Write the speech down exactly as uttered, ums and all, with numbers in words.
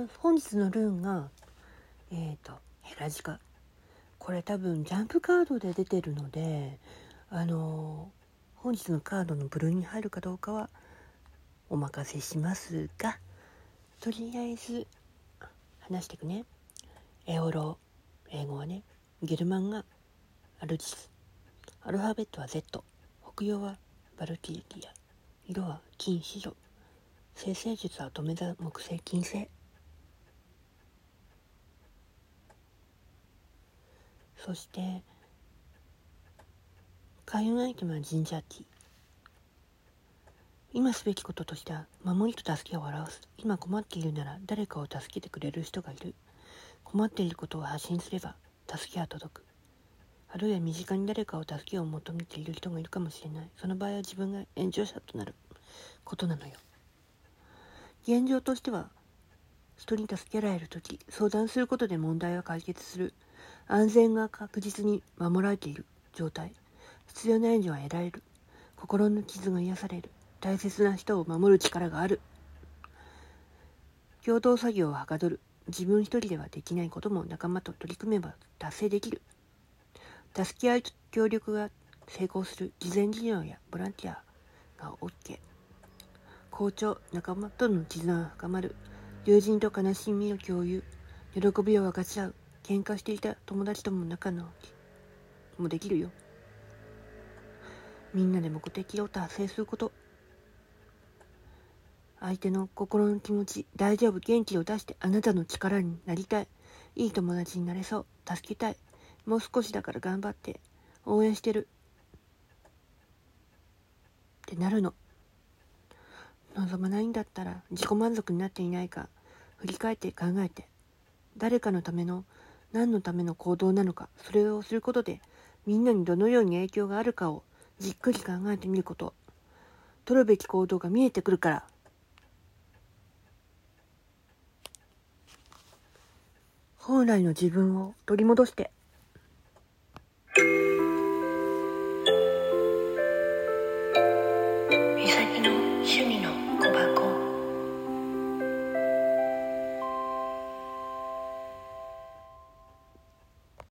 の本日のルーンがえっとヘラジカ。これ多分ジャンプカードで出てるので、あの本日のカードの部類に入るかどうかはお任せしますが、とりあえず話していくね。エオロ、英語はね、ゲルマンがアルジス、アルファベットは Z、 北洋はバルティリア、色は金白、生成術は止め座木星金星。そして開運アイテムはジンジャーティー。今すべきこととしては守りと助けを表す。今困っているなら誰かを助けてくれる人がいる。困っていることを発信すれば助けは届く。あるいは身近に誰かを助けを求めている人がいるかもしれない。その場合は自分が援助者となることなのよ。現状としては人に助けられるとき、相談することで問題は解決する。安全が確実に守られている状態。必要な援助は得られる。心の傷が癒される。大切な人を守る力がある。共同作業をはかどる。自分一人ではできないことも仲間と取り組めば達成できる。助け合いと協力が成功する。慈善事業やボランティアが OK。好調、仲間との絆が深まる。友人と悲しみを共有。喜びを分かち合う。喧嘩していた友達とも仲直りもできるよ。みんなで目的を達成すること。相手の心の気持ち、大丈夫、元気を出してあなたの力になりたい。いい友達になれそう。助けたい。もう少しだから頑張って。応援してる。ってなるの。望まないんだったら自己満足になっていないか振り返って考えて、誰かのための何のための行動なのか、それをすることでみんなにどのように影響があるかをじっくり考えてみること。取るべき行動が見えてくるから。本来の自分を取り戻して。